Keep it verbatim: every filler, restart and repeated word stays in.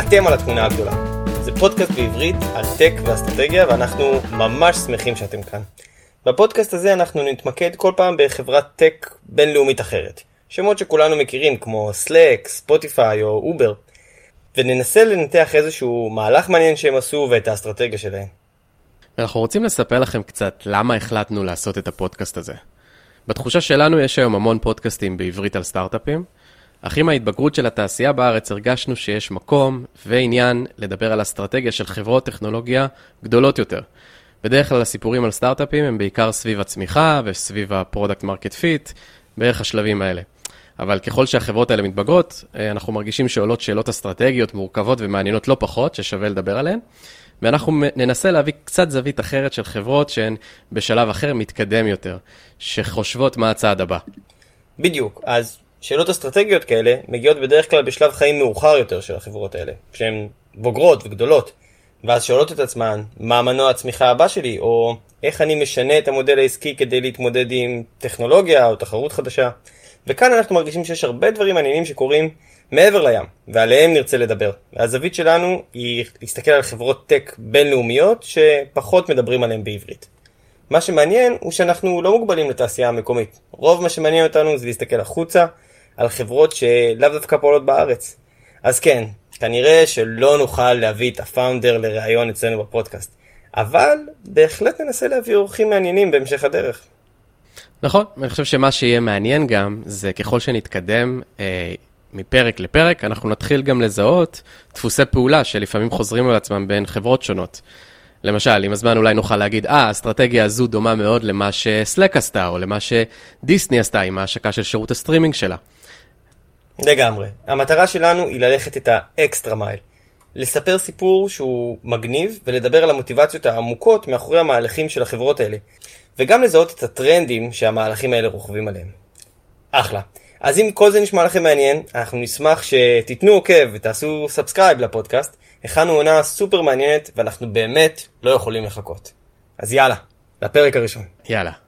אתם על התמונה הגדולה. זה פודקאסט בעברית על טק ואסטרטגיה, ואנחנו ממש שמחים שאתם כאן. בפודקאסט הזה אנחנו נתמקד כל פעם בחברת טק בינלאומית אחרת. שמות שכולנו מכירים כמו Slack, Spotify או Uber. וננסה לנתח איזשהו מהלך מעניין שהם עשו ואת האסטרטגיה שלהם. אנחנו רוצים לספר לכם קצת למה החלטנו לעשות את הפודקאסט הזה. בתחושה שלנו יש היום המון פודקאסטים בעברית על סטארט-אפים, אך עם ההתבגרות של התעשייה בארץ הרגשנו שיש מקום ועניין לדבר על אסטרטגיה של חברות טכנולוגיה גדולות יותר. בדרך כלל הסיפורים על סטארט-אפים הם בעיקר סביב הצמיחה וסביב הפרודקט מרקט פיט, בערך השלבים האלה. אבל ככל שהחברות האלה מתבגרות, אנחנו מרגישים שעולות שאלות אסטרטגיות מורכבות ומעניינות לא פחות, ששווה לדבר עליהן, ואנחנו ננסה להביא קצת זווית אחרת של חברות שהן בשלב אחר מתקדם יותר, שחושבות מה הצעד הבא. בדיוק, אז שאלות אסטרטגיות כאלה מגיעות בדרך כלל בשלב חיים מאוחר יותר של החברות האלה, כשהן בוגרות וגדולות, ואז שואלות את עצמן, מה מנוע הצמיחה הבא שלי, או איך אני משנה את המודל העסקי כדי להתמודד עם טכנולוגיה או תחרות חדשה. וכאן אנחנו מרגישים שיש הרבה דברים מעניינים שקורים מעבר לים, ועליהם נרצה לדבר. הזווית שלנו היא להסתכל על חברות טק בינלאומיות שפחות מדברים עליהם בעברית. מה שמעניין הוא שאנחנו לא מוגבלים לתעשייה המקומית. רוב מה שמעניין אותנו זה להסתכל החוצה על חברות שלאו דווקא פועלות בארץ. אז כן, כנראה שלא נוכל להביא את הפאונדר לראיון אצלנו בפודקאסט. אבל בהחלט ננסה להביא אורחים מעניינים בהמשך הדרך. נכון, אני חושב שמה שיהיה מעניין גם זה ככל שנתקדם אה, מפרק לפרק, אנחנו נתחיל גם לזהות דפוסי פעולה שלפעמים חוזרים על עצמם בין חברות שונות. למשל, עם הזמן אולי נוכל להגיד, אה, האסטרטגיה הזו דומה מאוד למה שסלק עשתה, או למה שדיסני עשתה עם ההשקה של שירות הסטרימינג שלה. לגמרי. המטרה שלנו היא ללכת את האקסטרה מייל. לספר סיפור שהוא מגניב, ולדבר על המוטיבציות העמוקות מאחורי המהלכים של החברות האלה. וגם לזהות את הטרנדים שהמהלכים האלה רוכבים עליהם. אחלה. אז אם כל זה נשמע לכם מעניין, אנחנו נשמח שתיתנו עוקב ותעשו סאבסקרייב לפודקאסט. הכנו עונה סופר מעניינת, ואנחנו באמת לא יכולים לחכות. אז יאללה, לפרק הראשון. יאללה.